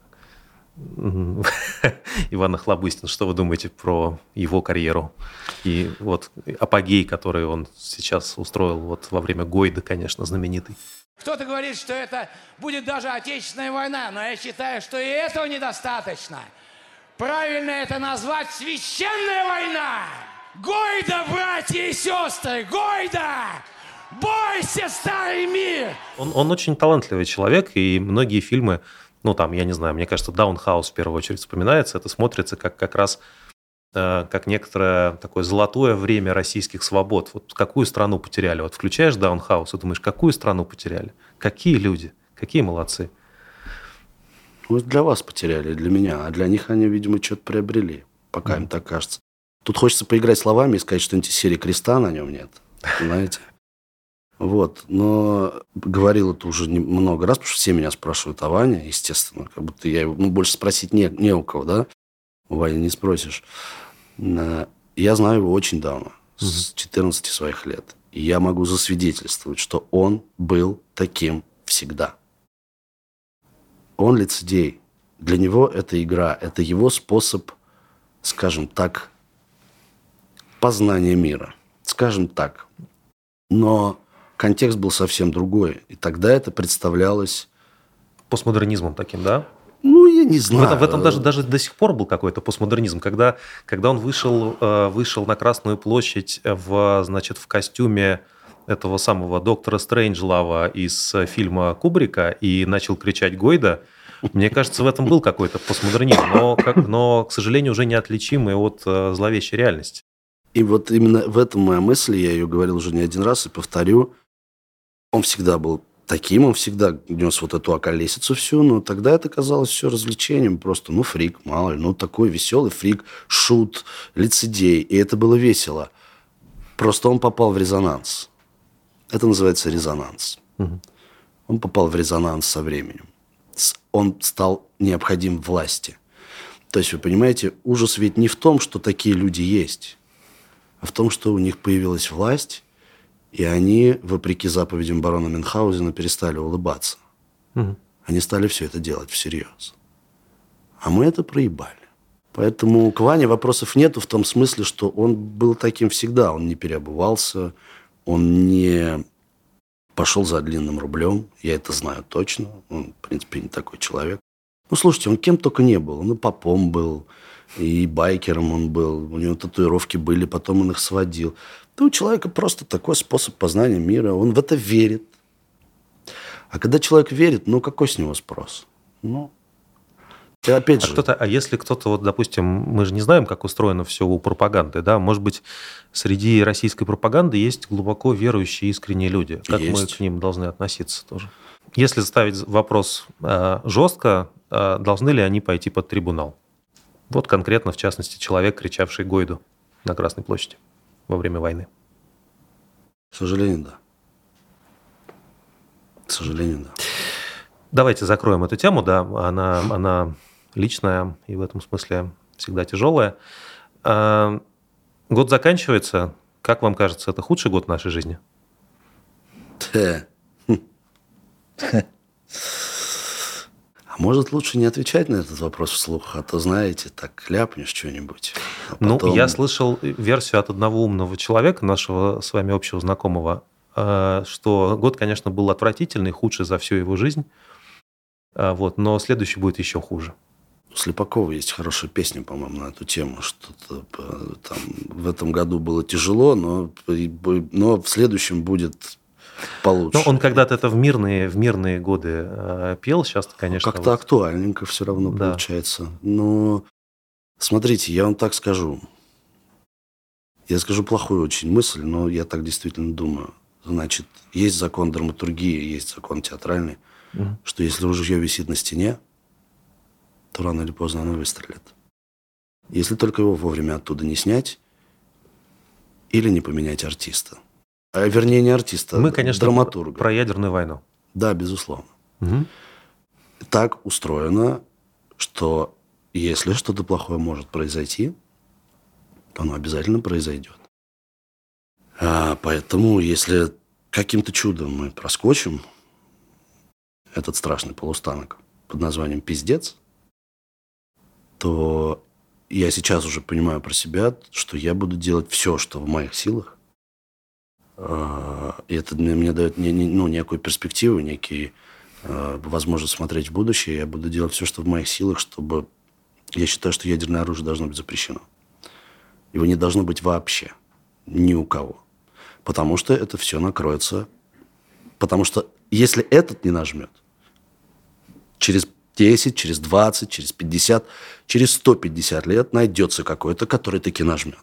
Иван Охлобыстин, что вы думаете про его карьеру? И вот апогей, который он сейчас устроил вот во время Гойда, конечно, знаменитый. Кто-то говорит, что это будет даже Отечественная война, но я считаю, что и этого недостаточно. Правильно это назвать священная война. Гойда, братья и сестры, Гойда! Бойся, старый мир! Он, он очень талантливый человек, и многие фильмы, ну там, я не знаю, мне кажется, «Даунхаус» в первую очередь вспоминается, это смотрится как как раз э, как некоторое такое золотое время российских свобод. Вот какую страну потеряли? Вот включаешь «Даунхаус» и думаешь, какую страну потеряли? Какие люди? Какие молодцы? Ну, для вас потеряли, для меня, а для них они, видимо, что-то приобрели, пока mm. им так кажется. Тут хочется поиграть словами и сказать, что серии креста на нем нет, понимаете? Вот, но говорил это уже много раз, потому что все меня спрашивают о Ване, естественно, как будто я его, ну, больше спросить не, не у кого, да? У Вани не спросишь. Я знаю его очень давно, mm-hmm. с четырнадцати своих лет. И я могу засвидетельствовать, что он был таким всегда. Он лицедей. Для него это игра, это его способ, скажем так, познания мира. Скажем так. Но контекст был совсем другой. И тогда это представлялось... Постмодернизмом таким, да? Ну, я не знаю. В этом, в этом даже, даже до сих пор был какой-то постмодернизм. Когда, когда он вышел, вышел на Красную площадь в, значит, в костюме этого самого доктора Стрэнджлава из фильма Кубрика и начал кричать «Гойда», мне кажется, в этом был какой-то постмодернизм, но, как, но, к сожалению, уже неотличимый от зловещей реальности. И вот именно в этом моя мысль, я ее говорил уже не один раз и повторю, он всегда был таким, он всегда нес вот эту околесицу всю, но тогда это казалось все развлечением, просто, ну, фрик, мало ли, ну, такой веселый фрик, шут, лицедей, и это было весело. Просто он попал в резонанс. Это называется резонанс. Угу. Он попал в резонанс со временем. Он стал необходим власти. То есть, вы понимаете, ужас ведь не в том, что такие люди есть, а в том, что у них появилась власть, и они, вопреки заповедям барона Мюнхгаузена, перестали улыбаться. Угу. Они стали все это делать всерьез. А мы это проебали. Поэтому к Ване вопросов нету в том смысле, что он был таким всегда. Он не переобувался, он не пошел за длинным рублем. Я это знаю точно. Он, в принципе, не такой человек. Ну, слушайте, он кем только не был. Он и попом был, и байкером он был. У него татуировки были, потом он их сводил. Да у человека просто такой способ познания мира. Он в это верит. А когда человек верит, ну, какой с него спрос? Ну, и опять а, же... кто-то, а если кто-то, вот, допустим, мы же не знаем, как устроено все у пропаганды, да? Может быть, среди российской пропаганды есть глубоко верующие, искренние люди. Как есть. Мы к ним должны относиться тоже? Если ставить вопрос э, жестко, э, должны ли они пойти под трибунал? Вот конкретно, в частности, человек, кричавший Гойду на Красной площади во время войны. К сожалению, да. К сожалению, да. Давайте закроем эту тему, да, она, она личная и в этом смысле всегда тяжелая. А, год заканчивается. Как вам кажется, это худший год в нашей жизни? А может, лучше не отвечать на этот вопрос вслух, а то, знаете, так ляпнешь что-нибудь. А потом... Ну, я слышал версию от одного умного человека, нашего с вами общего знакомого, что год, конечно, был отвратительный, худший за всю его жизнь, вот, но следующий будет еще хуже. У Слепакова есть хорошая песня, по-моему, на эту тему, что там в этом году было тяжело, но, но в следующем будет... получше. Но он когда-то это в мирные, в мирные годы э, пел, сейчас, конечно... Как-то вот... актуальненько все равно да. получается. Но смотрите, я вам так скажу. Я скажу плохую очень мысль, но я так действительно думаю. Значит, есть закон драматургии, есть закон театральный, угу. что если ружье висит на стене, то рано или поздно оно выстрелит. Если только его вовремя оттуда не снять или не поменять артиста. А, вернее, не артиста, Мы, конечно, драматурга. Про ядерную войну. Да, безусловно. Угу. Так устроено, что если что-то плохое может произойти, то оно обязательно произойдет. А, поэтому, если каким-то чудом мы проскочим этот страшный полустанок под названием «Пиздец», то я сейчас уже понимаю про себя, что я буду делать все, что в моих силах. И это мне дает ну, некую перспективу, некий, возможность смотреть в будущее. Я буду делать все, что в моих силах, чтобы... Я считаю, что ядерное оружие должно быть запрещено. Его не должно быть вообще. Ни у кого. Потому что это все накроется. Потому что если этот не нажмет, через десять, через двадцать, через пятьдесят, через сто пятьдесят лет найдется какой-то, который таки нажмет.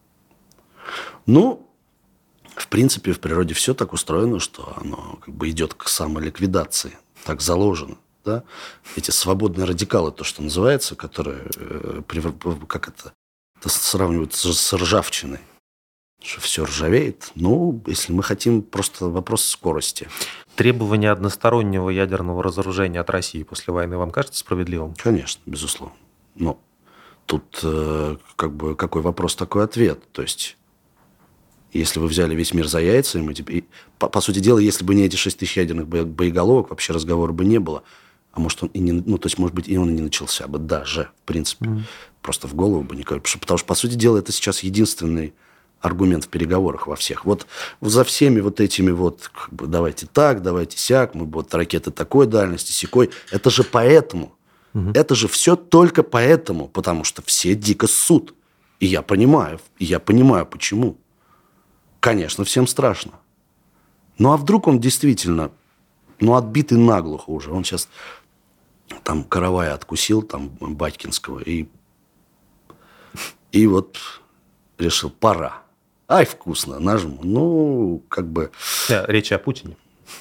Ну... В принципе, в природе все так устроено, что оно как бы идет к самоликвидации. Так заложено. Да? Эти свободные радикалы, то, что называется, которые, э, как это, это сравнивают с, с ржавчиной. Что все ржавеет. Ну, если мы хотим, просто вопрос скорости. Требование одностороннего ядерного разоружения от России после войны вам кажется справедливым? Конечно, безусловно. Но тут э, как бы какой вопрос, такой ответ. То есть... Если вы взяли весь мир за яйца, и мы, и, по, по сути дела, если бы не эти шесть тысяч ядерных боеголовок, вообще разговора бы не было. А может, он и не... Ну, то есть, может быть, и он и не начался бы даже, в принципе. Mm-hmm. Просто в голову бы никак. Потому что, по сути дела, это сейчас единственный аргумент в переговорах во всех. Вот за всеми вот этими вот, как бы, давайте так, давайте сяк, мы вот ракеты такой дальности, сякой. Это же поэтому. Mm-hmm. Это же все только поэтому, потому что все дико ссут. И я понимаю, и я понимаю, почему. Конечно, всем страшно. Ну, а вдруг он действительно, ну, отбитый наглухо уже. Он сейчас там каравая откусил, там, батькинского, и, и вот решил, пора. Ай, вкусно, нажму. Ну, как бы... Речь о Путине.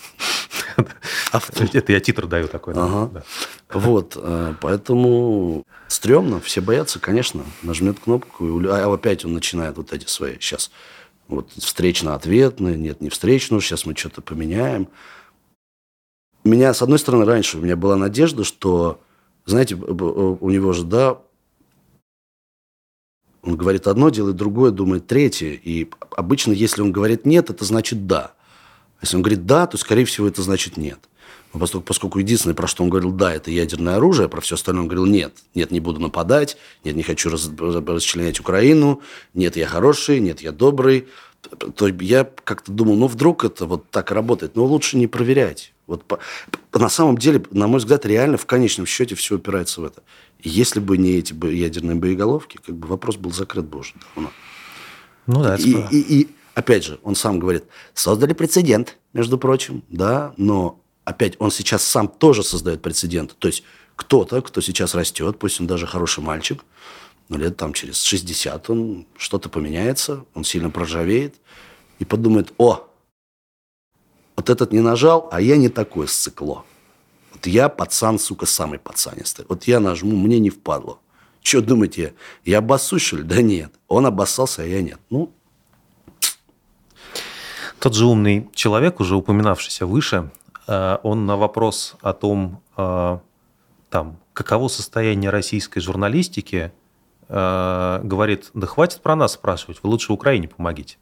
Это я титр даю такой. Ага. Вот, поэтому стрёмно, все боятся, конечно. Нажмет кнопку, а опять он начинает вот эти свои сейчас... Вот встречно-ответные, нет, не встречно, сейчас мы что-то поменяем. У меня, с одной стороны, раньше у меня была надежда, что, знаете, у него же, да, он говорит одно, делает другое, думает третье. И обычно, если он говорит нет, это значит да. Если он говорит да, то, скорее всего, это значит нет. Но поскольку, поскольку единственное, про что он говорил да, это ядерное оружие, про все остальное он говорил нет. Нет, не буду нападать, нет, не хочу раз, расчленять Украину, нет, я хороший, нет, я добрый. То я как-то думал, ну, вдруг это вот так работает. Но лучше не проверять. Вот по, по, на самом деле, на мой взгляд, реально в конечном счете все упирается в это. И если бы не эти ядерные боеголовки, как бы вопрос был закрыт бы уже давно. Ну да, это и, и, и, опять же, он сам говорит, создали прецедент, между прочим, да, но опять он сейчас сам тоже создает прецедент. То есть кто-то, кто сейчас растет, пусть он даже хороший мальчик, но лет там через шестьдесят он что-то поменяется, он сильно проржавеет и подумает, о, вот этот не нажал, а я не такой сцикло. Вот я пацан, сука, самый пацанистый. Вот я нажму, мне не впадло. Что думаете, я обоссусь, что ли? Да нет. Он обоссался, а я нет. Ну. Тот же умный человек, уже упоминавшийся выше, он на вопрос о том, там, каково состояние российской журналистики, говорит, да хватит про нас спрашивать, вы лучше Украине помогите.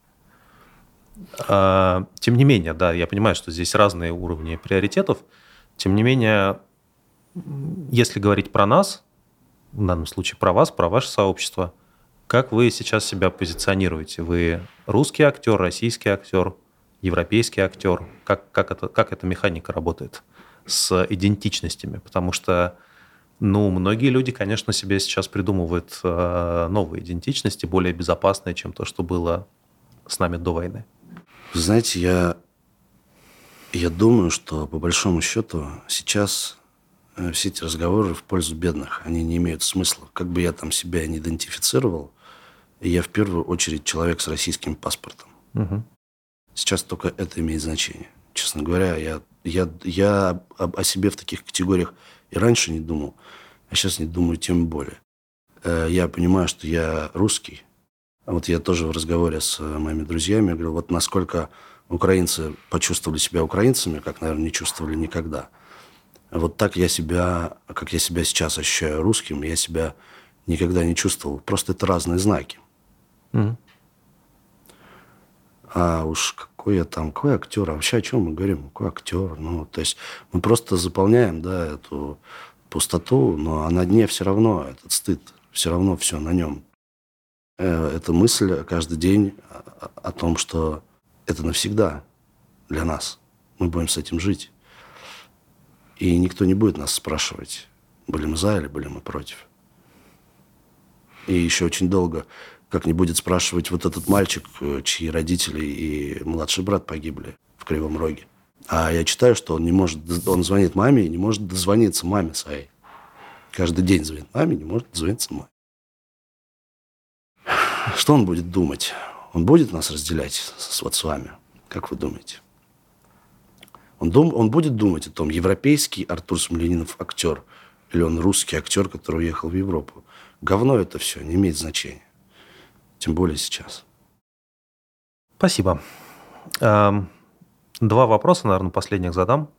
Тем не менее, да, я понимаю, что здесь разные уровни приоритетов. Тем не менее, если говорить про нас, в данном случае про вас, про ваше сообщество, как вы сейчас себя позиционируете? Вы русский актер, российский актер, европейский актер? Как, как, это, как эта механика работает с идентичностями? Потому что, ну, многие люди, конечно, себе сейчас придумывают новые идентичности, более безопасные, чем то, что было с нами до войны. Знаете, я, я думаю, что по большому счету сейчас все эти разговоры в пользу бедных, они не имеют смысла. Как бы я там себя не идентифицировал, я в первую очередь человек с российским паспортом. Угу. Сейчас только это имеет значение. Честно говоря, я, я, я о, о себе в таких категориях и раньше не думал, а сейчас не думаю тем более. Я понимаю, что я русский. Вот я тоже в разговоре с моими друзьями говорю, вот насколько украинцы почувствовали себя украинцами, как, наверное, не чувствовали никогда. Вот так я себя, как я себя сейчас ощущаю русским, я себя никогда не чувствовал. Просто это разные знаки. Mm-hmm. А уж какой я там, какой актер, а вообще о чем мы говорим, какой актер? Ну, то есть мы просто заполняем, да, эту пустоту, но а на дне все равно этот стыд, все равно все на нем. Это мысль каждый день о том, что это навсегда для нас. Мы будем с этим жить. И никто не будет нас спрашивать, были мы за или были мы против. И еще очень долго, как не будет спрашивать вот этот мальчик, чьи родители и младший брат погибли в Кривом Роге. А я читаю, что он не может, он звонит маме и не может дозвониться маме своей. Каждый день звонит маме, не может дозвониться маме. Что он будет думать? Он будет нас разделять с, вот с вами? Как вы думаете? Он, дум, он будет думать о том, европейский Артур Смольянинов актер или он русский актер, который уехал в Европу? Говно это все, не имеет значения. Тем более сейчас. Спасибо. Два вопроса, наверное, последних задам.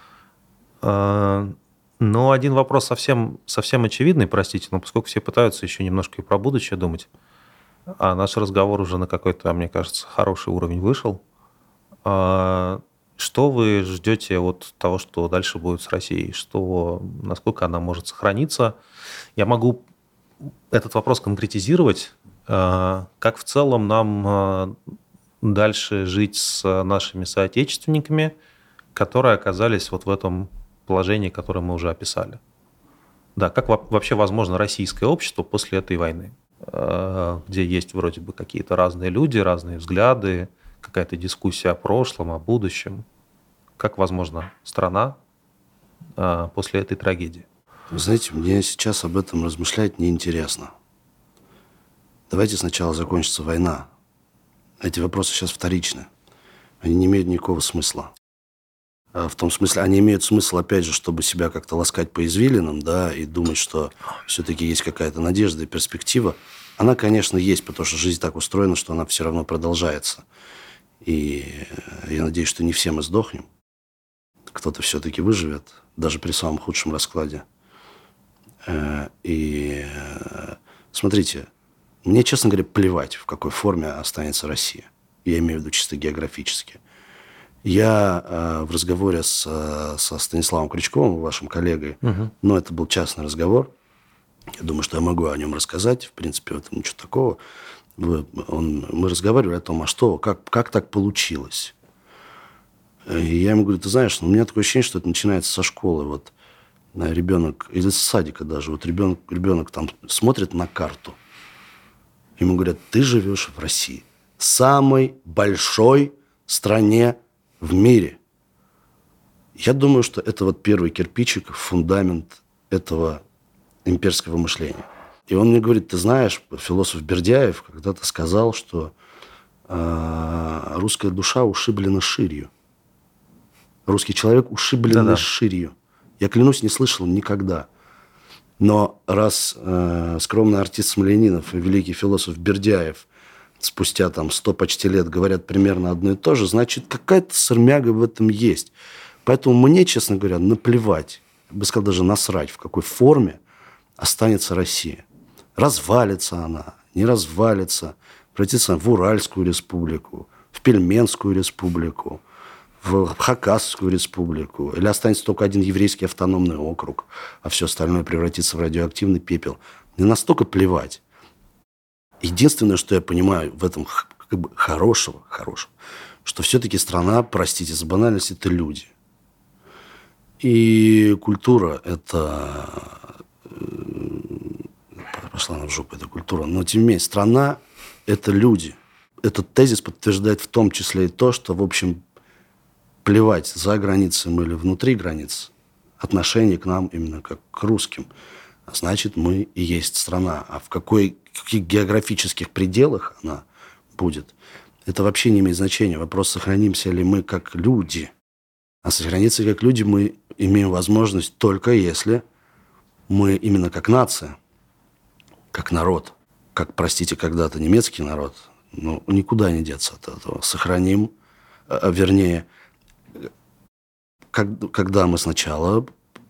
Но один вопрос совсем, совсем очевидный, простите, но поскольку все пытаются еще немножко и про будущее думать, а наш разговор уже на какой-то, мне кажется, хороший уровень вышел. Что Что вы ждете от того, что дальше будет с Россией? Что, насколько она может сохраниться? Я могу этот вопрос конкретизировать. Как в целом нам дальше жить с нашими соотечественниками, которые оказались вот в этом положении, которое мы уже описали? Да, как вообще возможно российское общество после этой войны, где есть вроде бы какие-то разные люди, разные взгляды, какая-то дискуссия о прошлом, о будущем? Как возможна страна после этой трагедии? Вы знаете, мне сейчас об этом размышлять неинтересно. Давайте сначала закончится война. Эти вопросы сейчас вторичны. Они не имеют никакого смысла. В том смысле, они имеют смысл, опять же, чтобы себя как-то ласкать по извилинам, да, и думать, что все-таки есть какая-то надежда и перспектива. Она, конечно, есть, потому что жизнь так устроена, что она все равно продолжается. И я надеюсь, что не все мы сдохнем. Кто-то все-таки выживет, даже при самом худшем раскладе. И смотрите, мне, честно говоря, плевать, в какой форме останется Россия. Я имею в виду чисто географически. Я э, в разговоре с, со Станиславом Крючковым, вашим коллегой, угу. но это был частный разговор, я думаю, что я могу о нем рассказать, в принципе, в этом ничего такого. Вы, он, мы разговаривали о том, а что, как, как так получилось. И я ему говорю, ты знаешь, ну, у меня такое ощущение, что это начинается со школы. Вот ребенок, или с садика даже, вот ребенок, ребенок там смотрит на карту. Ему говорят, ты живешь в России, самой большой стране в мире. Я думаю, что это вот первый кирпичик, фундамент этого имперского мышления. И он мне говорит, ты знаешь, философ Бердяев когда-то сказал, что э, русская душа ушиблена ширью. Русский человек ушиблен Да-да. ширью. Я, клянусь, не слышал никогда. Но раз э, скромный артист Смольянинов и великий философ Бердяев спустя там сто почти лет говорят примерно одно и то же, значит, какая-то сырмяга в этом есть. Поэтому мне, честно говоря, наплевать, я бы сказал, даже насрать, в какой форме останется Россия. Развалится она, не развалится, превратится в Уральскую республику, в Пельменскую республику, в Хакасскую республику, или останется только один еврейский автономный округ, а все остальное превратится в радиоактивный пепел. Мне настолько плевать. Единственное, что я понимаю в этом как бы хорошего, хорошего, что все-таки страна, простите за банальность, это люди. И культура – это… Пошла она в жопу, эта культура. Но, тем не менее, страна – это люди. Этот тезис подтверждает в том числе и то, что, в общем, плевать, за границами или внутри границ, отношение к нам именно как к русским. Значит, мы и есть страна. А в какой, каких географических пределах она будет, это вообще не имеет значения. Вопрос, сохранимся ли мы как люди. А сохраниться как люди мы имеем возможность только если мы именно как нация, как народ, как, простите, когда-то немецкий народ, ну, никуда не деться от этого. Сохраним, а, вернее, как, когда мы сначала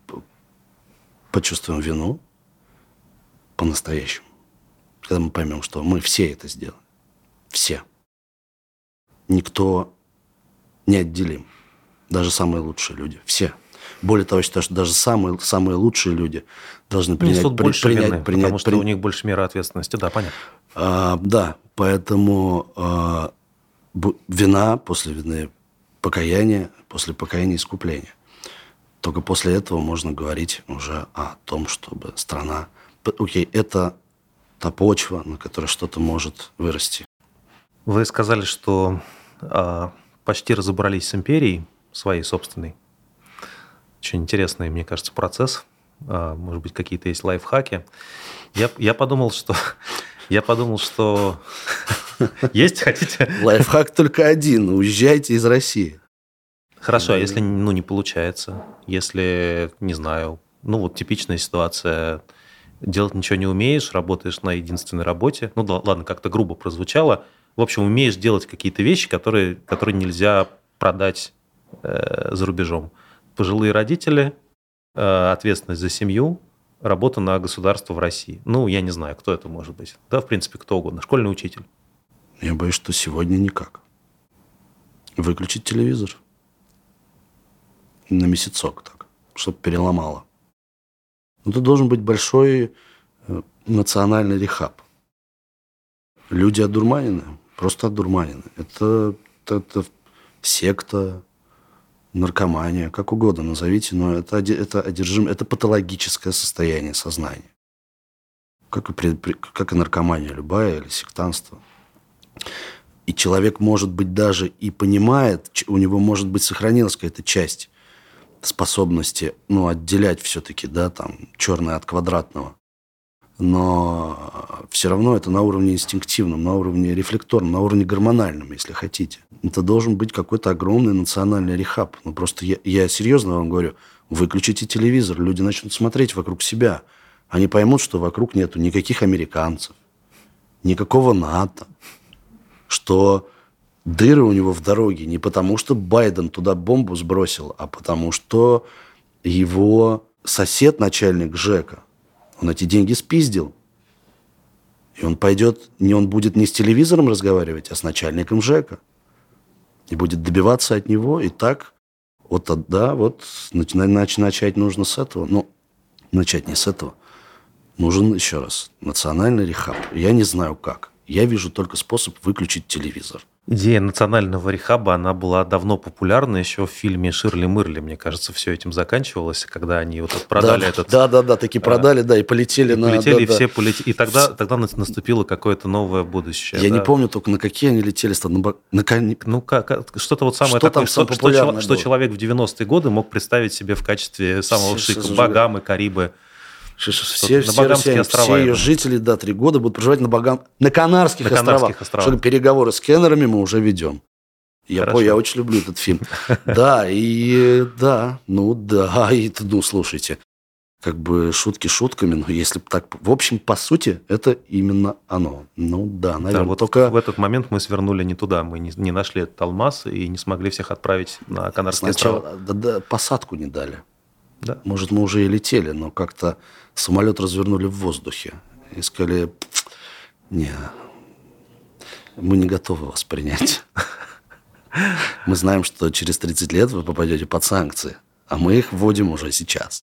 почувствуем вину по-настоящему, когда мы поймем, что мы все это сделали. Все. Никто не отделим. Даже самые лучшие люди. Все. Более того, я считаю, что даже самые, самые лучшие люди должны принять... Несут при, больше принять, вины, принять, потому что при... у них больше мера ответственности. Да, понятно. А, да, поэтому а, б, вина, после вины покаяние, после покаяния искупление. Только после этого можно говорить уже о том, чтобы страна... Окей, это та почва, на которой что-то может вырасти. Вы сказали, что а, почти разобрались с империей своей собственной. Очень интересный, мне кажется, процесс. А, может быть, какие-то есть лайфхаки. Я, я подумал, что... Я подумал, что... Есть, хотите? Лайфхак только один. Уезжайте из России. Хорошо, а если ну, не получается? Если, не знаю, ну вот типичная ситуация, делать ничего не умеешь, работаешь на единственной работе, ну да, ладно, как-то грубо прозвучало, в общем, умеешь делать какие-то вещи, которые, которые нельзя продать э, за рубежом. Пожилые родители, э, ответственность за семью, работа на государство в России. Ну, я не знаю, кто это может быть. Да, в принципе, кто угодно. Школьный учитель. Я боюсь, что сегодня никак. Выключить телевизор. на месяцок так, чтобы переломало. Но это должен быть большой национальный рехаб. Люди одурманены, просто одурманены. Это, это, это секта, наркомания, как угодно назовите, но это, это одержим, это патологическое состояние сознания. Как и, как и наркомания любая или сектантство. И человек, может быть, даже и понимает, у него, может быть, сохранилась какая-то часть способности, ну, отделять все-таки, да, там, черное от квадратного. Но все равно это на уровне инстинктивном, на уровне рефлекторном, на уровне гормональном, если хотите. Это должен быть какой-то огромный национальный рехаб. Ну, просто я, я серьезно вам говорю, выключите телевизор, люди начнут смотреть вокруг себя. Они поймут, что вокруг нету никаких американцев, никакого НАТО, что дыры у него в дороге не потому, что Байден туда бомбу сбросил, а потому, что его сосед, начальник ЖЭКа, он эти деньги спиздил. И он пойдет, не он будет не с телевизором разговаривать, а с начальником ЖЭКа. И будет добиваться от него. И так, вот, да, вот, начать, начать нужно с этого. Ну, начать не с этого. Нужен, еще раз, национальный рехаб. Я не знаю как. Я вижу только способ выключить телевизор. Идея национального рехаба, она была давно популярна еще в фильме «Ширли Мырли». Мне кажется, все этим заканчивалось, когда они вот продали да, этот... Да, да, да, таки продали, а, да, и полетели и на... Полетели, да, все да. полетели. И тогда, тогда наступило какое-то новое будущее. Я да? не помню только, на какие они летели. На, на... Ну, как, что-то вот самое что такое, что, что, что, что человек в девяностые годы мог представить себе в качестве самого все, шика. все, Багамы, Карибы. Все, все, на Багамские все, острова. Все ее жители, да, три года будут проживать на, Багам... на Канарских на островах. Канарских островах. Что переговоры с Кеннерами мы уже ведем. Я, по, я очень люблю этот фильм. Да, и да, ну да, и ну слушайте, как бы шутки шутками, но если бы так, в общем, по сути, это именно оно. Ну да, наверное. Да, вот только... в этот момент мы свернули не туда, мы не, не нашли этот алмаз и не смогли всех отправить на Канарские Сначала, острова. Да, да, посадку не дали. Да. Может, мы уже и летели, но как-то самолет развернули в воздухе и сказали, не, мы не готовы вас принять. Мы знаем, что через тридцать лет вы попадете под санкции, а мы их вводим уже сейчас.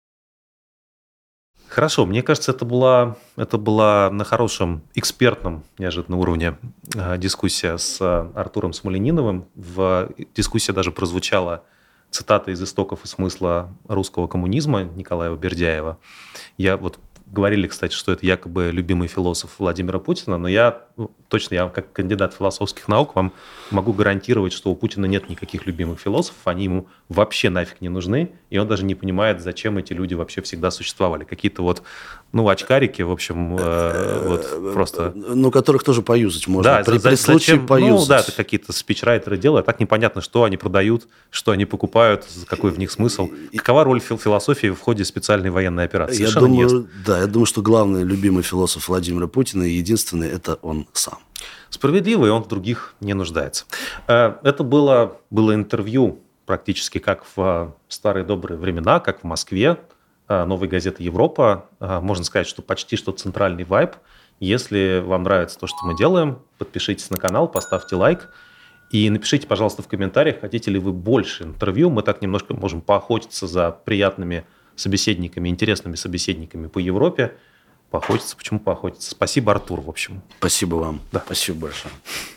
Хорошо, мне кажется, это была, это была на хорошем экспертном, неожиданном уровне э, дискуссия с э, Артуром Смолениновым. В дискуссии даже прозвучала цитата из «Истоков и смысла русского коммунизма» Николая Бердяева. Я вот говорили, кстати, что это якобы любимый философ Владимира Путина, но я, ну, точно, я как кандидат философских наук вам могу гарантировать, что у Путина нет никаких любимых философов, они ему вообще нафиг не нужны, и он даже не понимает, зачем эти люди вообще всегда существовали. Какие-то вот, ну, очкарики, в общем, э, вот просто... Ну, которых тоже поюзать можно. Да, при, за, при случае зачем, поюзать. Ну, да, это какие-то спичрайтеры делают, так непонятно, что они продают, что они покупают, какой в них смысл. Какова роль фил- философии в ходе специальной военной операции? Я Совершенно думаю, нет. да, я думаю, что главный любимый философ Владимира Путина и единственный – это он сам. Справедливо, и он в других не нуждается. Это было, было интервью практически как в старые добрые времена, как в Москве, «Новой газеты Европа». Можно сказать, что почти что центральный вайб. Если вам нравится то, что мы делаем, подпишитесь на канал, поставьте лайк и напишите, пожалуйста, в комментариях, хотите ли вы больше интервью. Мы так немножко можем поохотиться за приятными собеседниками, интересными собеседниками по Европе. Поохотиться, почему поохотиться? Спасибо, Артур, в общем. Спасибо вам. Да. Спасибо большое.